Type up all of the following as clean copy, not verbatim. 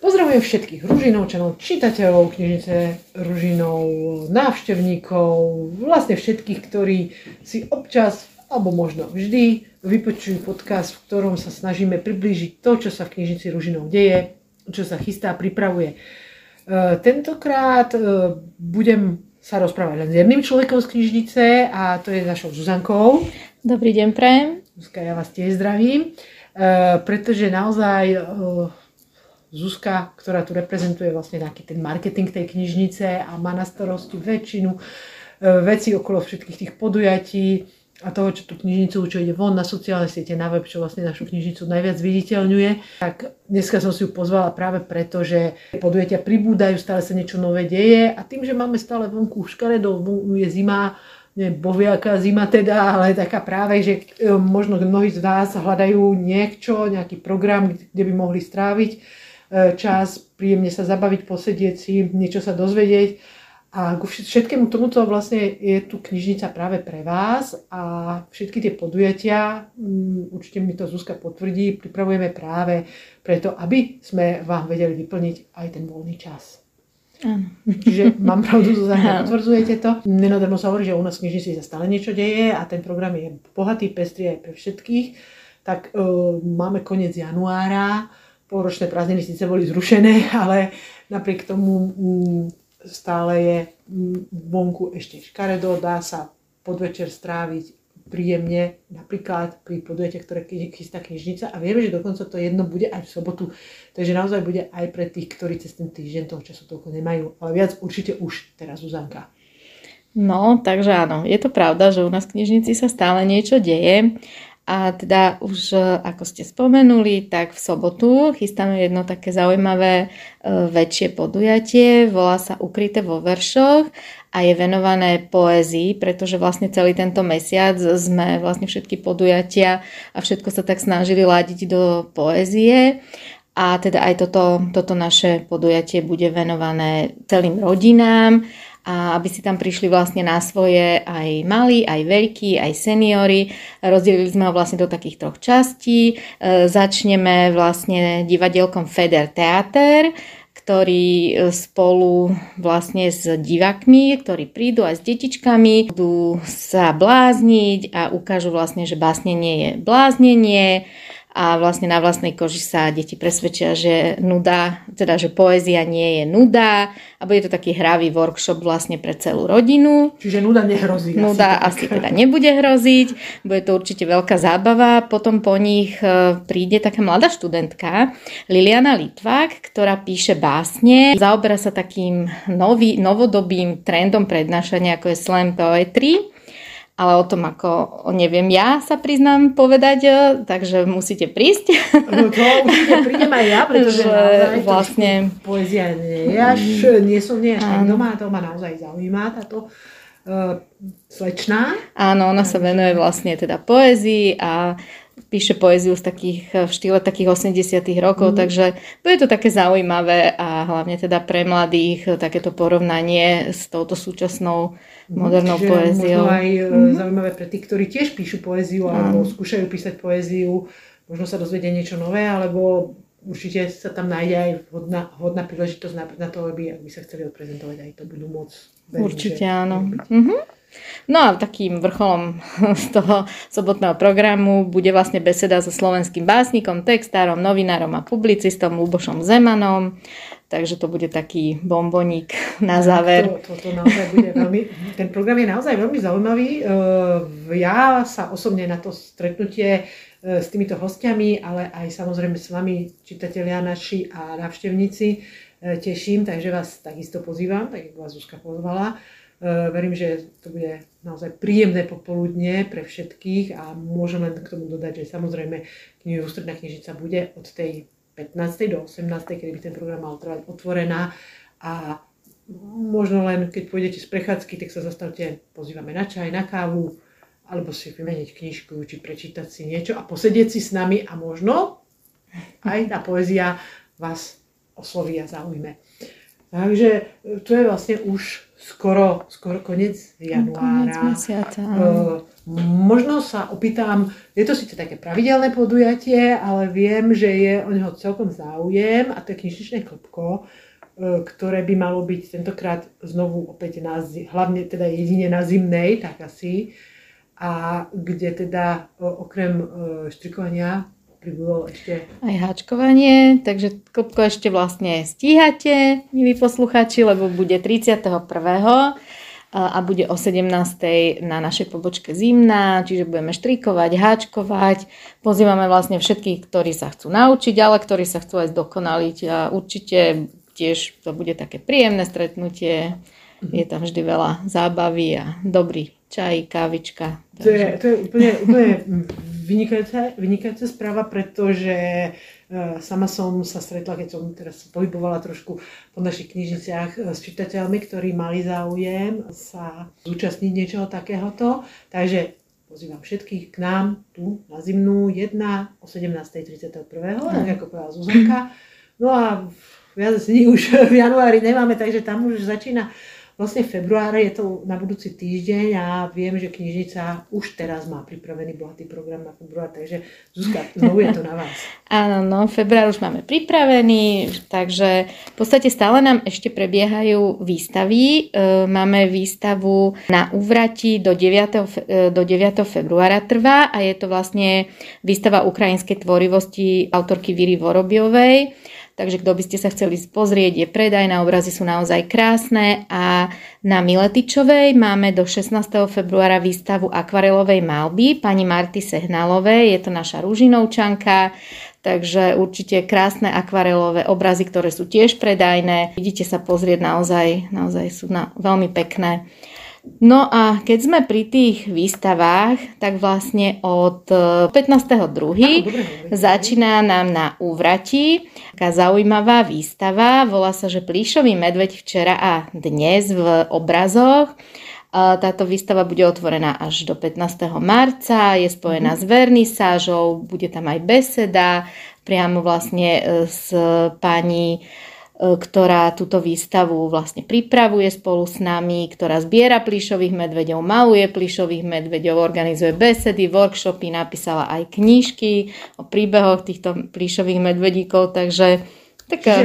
Pozdravujem všetkých Ružinovčanov, čitateľov knižnice Ružinov, návštevníkov, vlastne všetkých, ktorí si občas, alebo možno vždy, vypočujú podcast, v ktorom sa snažíme priblížiť to, čo sa v knižnici Ružinov deje, čo sa chystá a pripravuje. Tentokrát budem sa rozprávať len s jedným človekom z knižnice a to je našou Zuzankou. Dobrý deň, prajem. Zuzka, ja vás tiež zdravím, pretože naozaj Zuzka, ktorá tu reprezentuje vlastne nejaký ten marketing tej knižnice a má na starosti väčšinu vecí okolo všetkých tých podujatí a toho, čo tú knižnicu, čo ide von na sociálne siete, na web, čo vlastne našu knižnicu najviac viditeľňuje. Tak dneska som si ju pozvala práve preto, že podujatia pribúdajú, stále sa niečo nové deje a tým, že máme stále vonku škaredo, je zima, neviem, bohviaká zima teda, ale taká práve, že možno mnohí z vás hľadajú nejaký program, kde by mohli stráviť čas, príjemne sa zabaviť, posedieť si, niečo sa dozvedieť. A ku všetkému tomuto vlastne je tu knižnica práve pre vás a všetky tie podujatia, určite mi to Zuzka potvrdí, pripravujeme práve preto, aby sme vám vedeli vyplniť aj ten voľný čas. Čiže mám pravdu, Zuzanka, potvrdzujete to. Nenadarmo sa hovorí, že u nás v knižnici sa stále niečo deje a ten program je bohatý, pestrý aj pre všetkých. Tak máme koniec januára, polročné prázdniny síce boli zrušené, ale napriek tomu stále je vonku ešte škaredo, dá sa podvečer stráviť príjemne, napríklad pri podujatiach, ktoré chystá knižnica a vieme, že dokonca to jedno bude aj v sobotu, takže naozaj bude aj pre tých, ktorí cez ten týždeň toho času toľko nemajú, ale viac určite už teraz Zuzanka. No, takže áno, je to pravda, že u nás v knižnici sa stále niečo deje. A teda už, ako ste spomenuli, tak v sobotu chystáme jedno také zaujímavé väčšie podujatie, volá sa Ukryté vo veršoch a je venované poézii, pretože vlastne celý tento mesiac sme vlastne všetky podujatia a všetko sa tak snažili ladiť do poézie. A teda aj toto naše podujatie bude venované celým rodinám, a aby si tam prišli vlastne na svoje aj malí, aj veľkí, aj seniori. Rozdelili sme ho vlastne do takých 3 častí. Začneme vlastne divadielkom Feder Theater, ktorí spolu vlastne s divákmi, ktorí prídu aj s detičkami, budú sa blázniť a ukážu vlastne, že básnenie je bláznenie. A vlastne na vlastnej koži sa deti presvedčia, že že poézia nie je nuda a bude to taký hravý workshop vlastne pre celú rodinu. Čiže nuda nehrozí. Nuda asi teda nebude hroziť, bude to určite veľká zábava. Potom po nich príde taká mladá študentka Liliana Litvák, ktorá píše básne. Zaoberá sa takým novodobým trendom prednášania, ako je slam poetry. Ale o tom, ako neviem ja sa priznám povedať, takže musíte prísť. No to určite prídem aj ja, pretože naozaj vlastne poézia nie som až doma, to ma naozaj zaujíma táto slečná. Áno, ona sa venuje vlastne teda poézii a píše poéziu v štýle takých 80 rokov, takže bude to také zaujímavé a hlavne teda pre mladých takéto porovnanie s touto súčasnou modernou poéziou. Možno aj zaujímavé pre tých, ktorí tiež píšu poéziu alebo skúšajú písať poéziu, možno sa dozvedia niečo nové, alebo určite sa tam nájde aj vhodná príležitosť na to, aby sa chceli odprezentovať, aj to budú môcť. Určite áno. No a takým vrcholom z toho sobotného programu bude vlastne beseda so slovenským básnikom, textárom, novinárom a publicistom Ľubošom Zemanom. Takže to bude taký bomboník na záver. To naozaj bude ten program je naozaj veľmi zaujímavý. Ja sa osobne na to stretnutie s týmito hostiami, ale aj samozrejme s vami, čitatelia naši a návštevníci, teším, takže vás takisto pozývam, tak ako vás Zuzka pozvala. Verím, že to bude naozaj príjemné popoludne pre všetkých a môžem len k tomu dodať, že samozrejme ústredná knižnica bude od tej 15. do 18. kedy by ten program mal trvať otvorená a možno len keď pôjdete z prechádzky, tak sa zastavte, pozývame na čaj, na kávu alebo si vymeniť knižku, či prečítať si niečo a posedieť si s nami a možno aj tá poézia vás osloví a zaujme. Takže to je vlastne už skoro koniec januára. Koniec mesiaca. Možno sa opýtam, je to síce také pravidelné podujatie, ale viem, že je o neho celkom záujem a to je knižničné klubko, ktoré by malo byť tentokrát znovu opäť hlavne teda jedine na Zimnej, tak asi, a kde teda okrem štrikovania pribudol ešte aj háčkovanie, takže klubko ešte vlastne stíhate, milí poslucháči, lebo bude 31. a bude o 17. na našej pobočke Zimná, čiže budeme štrikovať, háčkovať. Pozývame vlastne všetkých, ktorí sa chcú naučiť, ale ktorí sa chcú aj zdokonaliť a určite tiež to bude také príjemné stretnutie. Je tam vždy veľa zábavy a dobrý čaj, kávička. To je úplne vynikajúca správa, pretože sama som sa stretla, keď som teraz pohybovala trošku po našich knižniciach s čitateľmi, ktorí mali záujem sa zúčastniť niečoho takéhoto. Takže pozývam všetkých k nám tu na Zimnú 1 o 17.31. Tak ako povedala Zuzanka. No a viac dní už v januári nemáme, takže tam už začína vlastne február, je to na budúci týždeň a viem, že knižnica už teraz má pripravený bohatý program na február, takže Zuzka, znovu je to na vás. Áno, no, február už máme pripravený, takže v podstate stále nám ešte prebiehajú výstavy. Máme výstavu na Úvrati do 9. februára trvá a je to vlastne výstava ukrajinskej tvorivosti autorky Viry Vorobiovej. Takže kto by ste sa chceli pozrieť, je predajné, obrazy sú naozaj krásne a na Miletičovej máme do 16. februára výstavu akvarelovej malby pani Marty Sehnalovej, je to naša Ružinovčanka, takže určite krásne akvarelové obrazy, ktoré sú tiež predajné. Idite sa pozrieť, naozaj sú veľmi pekné. No a keď sme pri tých výstavách, tak vlastne od 15.2. začína nám na Úvrati taká zaujímavá výstava, volá sa, že Plíšový medveď včera a dnes v obrazoch. Táto výstava bude otvorená až do 15. marca, je spojená s vernisážou, bude tam aj beseda, priamo vlastne s pani, ktorá túto výstavu vlastne pripravuje spolu s nami, ktorá zbiera plíšových medveďov, maluje plíšových medveďov, organizuje besedy, workshopy, napísala aj knižky o príbehoch týchto plíšových medvedíkov, takže taká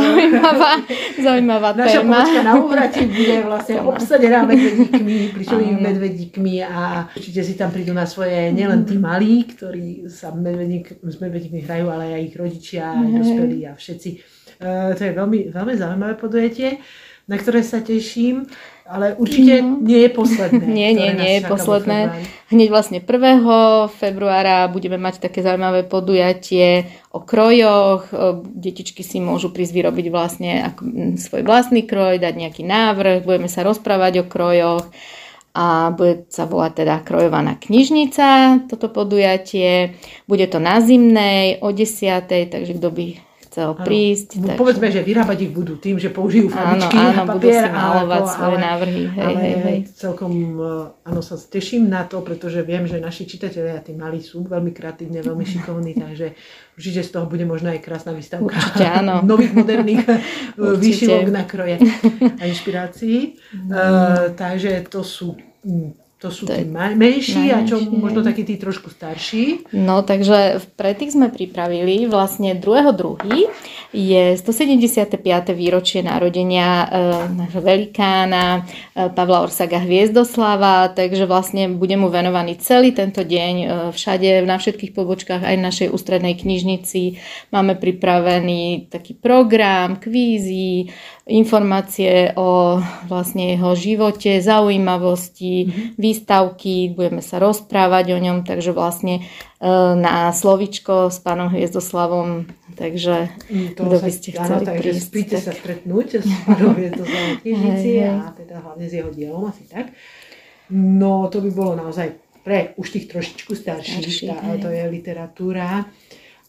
zaujímavá naša téma. pobočka na Úvrati bude vlastne obsadená medvedíkmi, plíšovými medvedíkmi a určite si tam prídu na svoje nielen tí malí, ktorí sa s medvedíkmi hrajú, ale aj ich rodičia, aj dospelí a všetci. To je veľmi, veľmi zaujímavé podujatie, na ktoré sa teším, ale určite nie je posledné. Nie je posledné. Hneď vlastne 1. februára budeme mať také zaujímavé podujatie o krojoch. Detičky si môžu prísť vyrobiť vlastne svoj vlastný kroj, dať nejaký návrh, budeme sa rozprávať o krojoch a bude sa volať teda Krojovaná knižnica, toto podujatie. Bude to na Zimnej o 10:00, takže kto by chcel prísť. Takže povedzme, že vyrábať ich budú tým, že použijú farbičky a papier. Budú si malovať svoje návrhy. Hej. Celkom sa teším na to, pretože viem, že naši čitatelia, tí malí sú veľmi kreatívne, veľmi šikovní, takže určite z toho bude možno aj krásna výstavka. Určite áno. Nových moderných výšivok na kroje a inšpirácií. Takže to sú tí menší a čo možno takí tí trošku starší. No, takže pre tých sme pripravili vlastne 2.2. je 175. výročie narodenia nášho velikána Pavla Orsaga Hviezdoslava, takže vlastne bude mu venovaný celý tento deň všade, na všetkých pobočkách, aj v našej ústrednej knižnici. Máme pripravený taký program, kvízy, informácie o vlastne jeho živote, zaujímavosti, výstavky, budeme sa rozprávať o ňom, takže vlastne na slovičko s pánom Hviezdoslavom, takže kto by ste chceli prísť. Príďte sa stretnúť s pánom Hviezdoslavom v knižnici a teda hlavne s jeho dielom, asi tak. No to by bolo naozaj pre už tých trošičku starších, to je literatúra.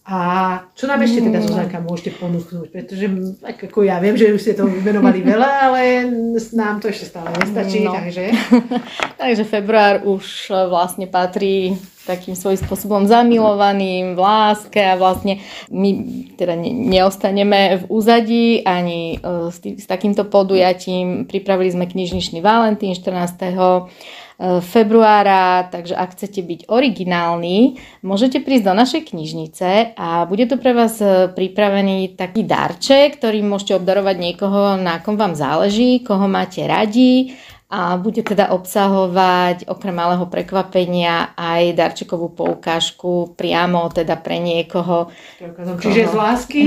A čo nám ešte teda, Zuzanka, môžete ponúknuť? Pretože tak ako ja viem, že už ste to vymenovali veľa, ale nám to ešte stále nestačí, takže... Takže február už vlastne patrí takým svojím spôsobom zamilovaným v láske a vlastne my teda neostaneme v úzadí ani s takýmto podujatím. Pripravili sme knižničný Valentín 14. februára, takže ak chcete byť originálni, môžete prísť do našej knižnice a bude to pre vás pripravený taký darček, ktorý môžete obdarovať niekoho, na kom vám záleží, koho máte radi. A bude teda obsahovať okrem malého prekvapenia aj darčekovú poukážku priamo teda pre niekoho. Čiže z lásky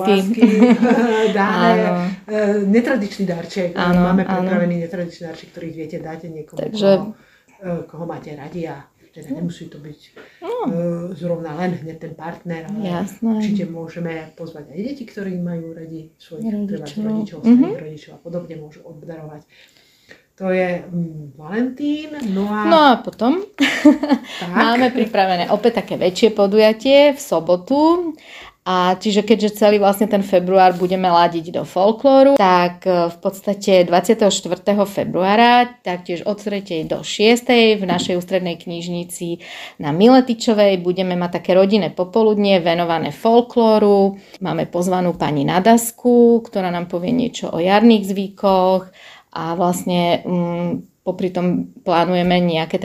dáme netradičný darček. Áno, máme pripravený netradičný darček, ktorý viete dať niekomu, koho máte radi a teda nemusí to byť zrovna len hneď ten partner, ale určite môžeme pozvať aj deti, ktorí majú radi svojich rodičov, starých rodičov a podobne môžu obdarovať. To je Valentín. No a potom máme pripravené opäť také väčšie podujatie v sobotu. A čiže keďže celý vlastne ten február budeme ladiť do folklóru, tak v podstate 24. februára, taktiež od 3. do 6. v našej ústrednej knižnici na Miletičovej budeme mať také rodinné popoludnie venované folklóru. Máme pozvanú pani Nadasku, ktorá nám povie niečo o jarných zvykoch. A vlastne popri tom plánujeme nejaké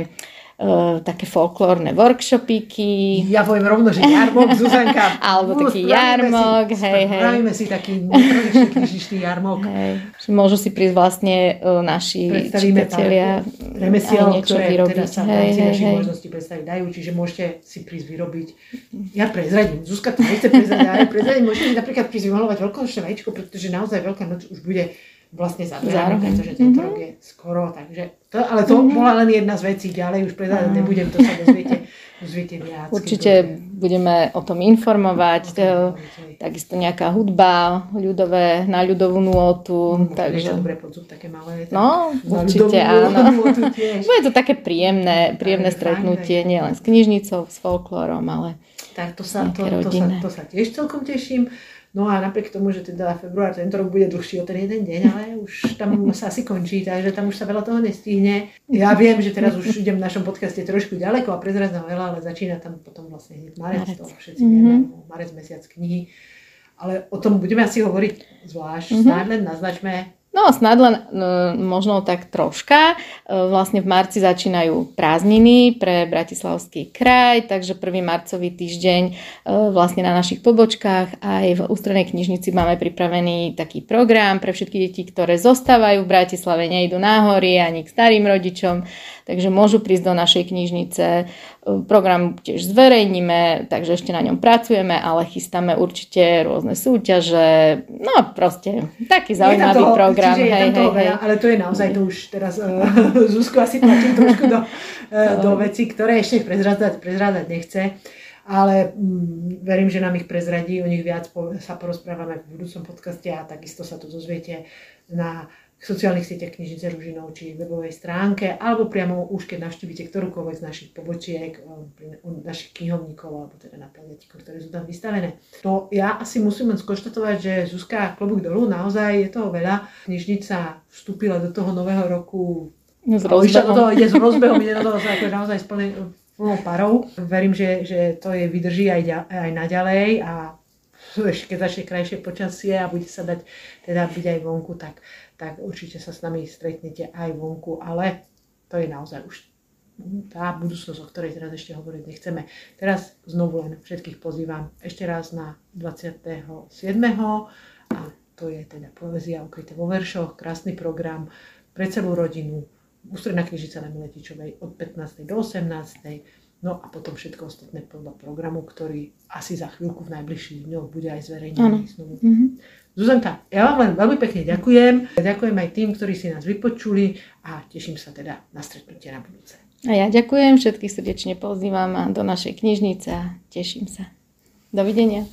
také folklórne workshopíky. Ja poviem rovno, že jarmok, Zuzanka. Alebo taký jarmok. Spravíme si taký netradičný knižničný jarmok. Môžu si prísť vlastne naši čitatelia remesiel, ktoré teda sa v rámci našich možností predstaviť dajú, čiže môžete si prísť vyrobiť. Ja prezradím. Zuzka to nechce prezradiť, ale prezradím. Môžete si napríklad prísť vymalovať veľkonočné vajíčko, pretože naozaj Veľká noc už bude vlastne za dverami, pretože tento rok je skoro, takže ale to bola len jedna z vecí, ďalej už predávať nebudem, to sa dozviete viac. Určite budeme o tom informovať, takisto nejaká hudba ľudové, na ľudovú nôtu. Takže dobre pod zub, také malé. No, určite áno. Bude to také príjemné stretnutie, nielen s knižnicou, s folklórom, ale tak to sa tiež celkom teším. No a napriek tomu, že teda február tento rok bude dlhší o ten jeden deň, ale už tam sa asi končí, takže tam už sa veľa toho nestihne. Ja viem, že teraz už idem v našom podcaste trošku ďaleko a prezrazám veľa, ale začína tam potom vlastne hneď marec. To všetci vieme, marec, mesiac knihy. Ale o tom budeme asi hovoriť zvlášť. Snáď len naznačme. No snad len možno tak troška. Vlastne v marci začínajú prázdniny pre Bratislavský kraj, takže 1. marcový týždeň vlastne na našich pobočkách aj v ústrednej knižnici máme pripravený taký program pre všetky deti, ktoré zostávajú v Bratislave, nejdú na hory ani k starým rodičom, takže môžu prísť do našej knižnice. Program tiež zverejníme, takže ešte na ňom pracujeme, ale chystáme určite rôzne súťaže, no proste taký zaujímavý program. Ale to je naozaj, to už teraz Zuzku asi tlačím trošku do vecí, ktoré ešte prezrádať nechce, ale verím, že nám ich prezradí, o nich viac sa porozprávame v budúcom podcaste a takisto sa to dozviete na sociálnych sieťach Knižnice Ružinov či webovej stránke, alebo priamo už keď navštívite ktorúkoľvek z našich pobočiek, našich knihovníkov, alebo teda na pleniatikov, ktoré sú tam vystavené. To ja asi musím len skonštatovať, že Zuzka, klobúk dolu, naozaj je toho veľa. Knižnica vstúpila do toho nového roku s rozbehom. Ide s rozbehom, ide do toho naozaj s plnou parou. Verím, že to jej vydrží aj naďalej a keď začne krajšie počasie a bude sa dať teda byť aj vonku, tak určite sa s nami stretnete aj vonku, ale to je naozaj už tá budúcnosť, o ktorej teraz ešte hovoriť nechceme. Teraz znovu len všetkých pozývam ešte raz na 27. a to je teda poézia ukryté vo veršoch, krásny program pre celú rodinu, ústredná knižnica na Miletičovej od 15. do 18. No a potom všetko ostatné podľa programu, ktorý asi za chvíľku v najbližších dňoch bude aj zverejnený znovu. Zuzanka, ja vám len veľmi pekne ďakujem. Ďakujem aj tým, ktorí si nás vypočuli a teším sa teda na stretnutie na budúce. A ja ďakujem, všetkých srdečne pozývam do našej knižnice a teším sa. Dovidenia.